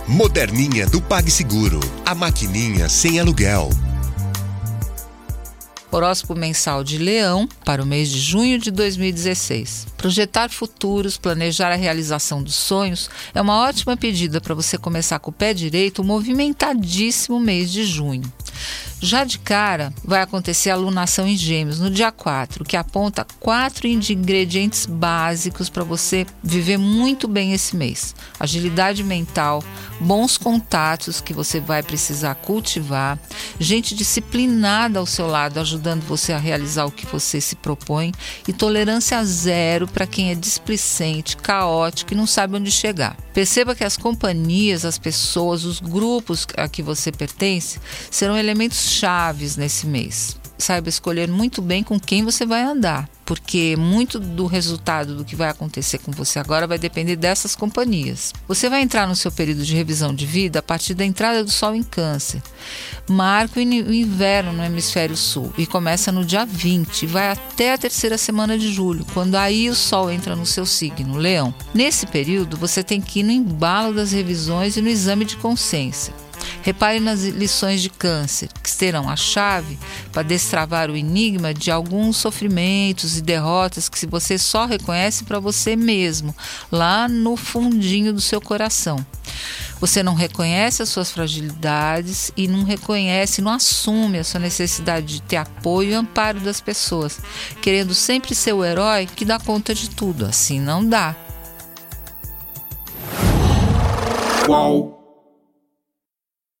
Moderninha do PagSeguro, a maquininha sem aluguel. Horóscopo mensal de Leão para o mês de junho de 2016. Projetar futuros, planejar a realização dos sonhos é uma ótima pedida para você começar com o pé direito o movimentadíssimo mês de junho. Já de cara, vai acontecer a alunação em Gêmeos no dia 4, que aponta 4 ingredientes básicos para você viver muito bem esse mês. Agilidade mental, bons contatos que você vai precisar cultivar, gente disciplinada ao seu lado ajudando você a realizar o que você se propõe e tolerância zero para quem é displicente, caótico e não sabe onde chegar. Perceba que as companhias, as pessoas, os grupos a que você pertence serão elementos chaves nesse mês. Saiba escolher muito bem com quem você vai andar, porque muito do resultado do que vai acontecer com você agora vai depender dessas companhias. Você vai entrar no seu período de revisão de vida a partir da entrada do Sol em Câncer. Marca o inverno no hemisfério sul e começa no dia 20 e vai até a terceira semana de julho, quando aí o Sol entra no seu signo, Leão. Nesse período, você tem que ir no embalo das revisões e no exame de consciência. Repare nas lições de Câncer, que serão a chave para destravar o enigma de alguns sofrimentos e derrotas que você só reconhece para você mesmo, lá no fundinho do seu coração. Você não reconhece as suas fragilidades e não reconhece, não assume a sua necessidade de ter apoio e amparo das pessoas, querendo sempre ser o herói que dá conta de tudo. Assim não dá. Qual?